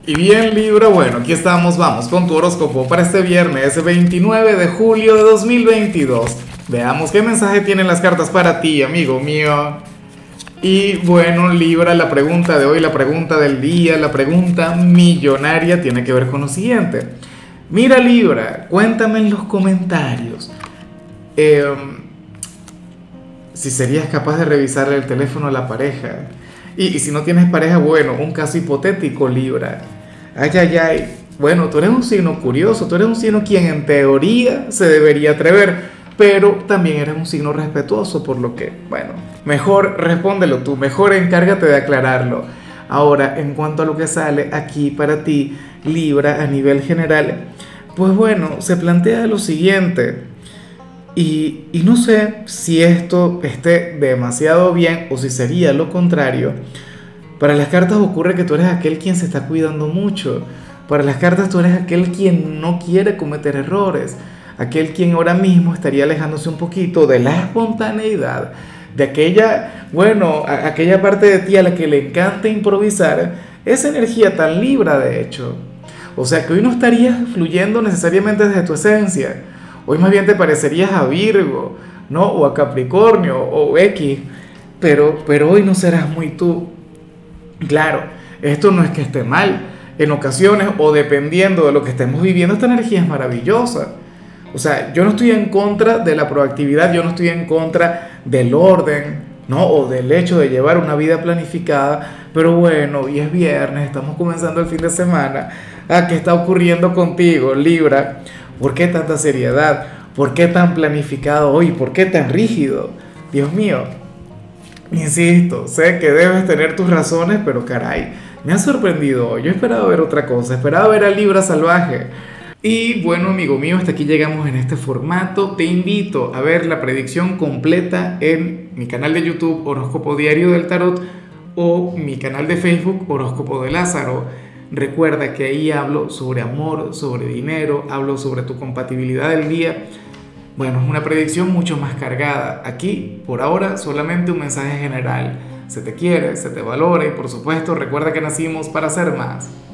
Y bien, Libra, bueno, aquí estamos, vamos con tu horóscopo para este viernes 29 de julio de 2022. Veamos qué mensaje tienen las cartas para ti, amigo mío. Y bueno, Libra, la pregunta de hoy, la pregunta del día, la pregunta millonaria tiene que ver con lo siguiente. Mira, Libra, cuéntame en los comentarios eh, si serías capaz de revisarle el teléfono a la pareja. Y si no tienes pareja, bueno, un caso hipotético, Libra. Ay, ay, ay. Bueno, tú eres un signo curioso, tú eres un signo quien en teoría se debería atrever, pero también eres un signo respetuoso, por lo que, bueno, mejor respóndelo tú, mejor encárgate de aclararlo. Ahora, en cuanto a lo que sale aquí para ti, Libra, a nivel general, pues bueno, se plantea lo siguiente. Y no sé si esto esté demasiado bien o si sería lo contrario. Para las cartas ocurre que tú eres aquel quien se está cuidando mucho. Para las cartas tú eres aquel quien no quiere cometer errores. Aquel quien ahora mismo estaría alejándose un poquito de la espontaneidad. De aquella, bueno, aquella parte de ti a la que le encanta improvisar. Esa energía tan libra, de hecho. O sea que hoy no estarías fluyendo necesariamente desde tu esencia. Hoy más bien te parecerías a Virgo, ¿no? O a Capricornio o X. Pero hoy no serás muy tú. Claro, esto no es que esté mal. En ocasiones o dependiendo de lo que estemos viviendo, esta energía es maravillosa. O sea, yo no estoy en contra de la proactividad, yo no estoy en contra del orden, ¿no? O del hecho de llevar una vida planificada. Pero bueno, hoy es viernes, estamos comenzando el fin de semana. Ah, ¿qué está ocurriendo contigo, Libra? ¿Por qué tanta seriedad? ¿Por qué tan planificado hoy? ¿Por qué tan rígido? Dios mío, insisto, sé que debes tener tus razones, pero caray, me ha sorprendido hoy. Yo esperaba ver otra cosa, esperaba ver a Libra salvaje. Y bueno, amigo mío, hasta aquí llegamos en este formato. Te invito a ver la predicción completa en mi canal de YouTube Horóscopo Diario del Tarot o mi canal de Facebook Horóscopo de Lázaro. Recuerda que ahí hablo sobre amor, sobre dinero, hablo sobre tu compatibilidad del día. Bueno, es una predicción mucho más cargada. Aquí, por ahora, solamente un mensaje general. Se te quiere, se te valora y por supuesto, recuerda que nacimos para ser más.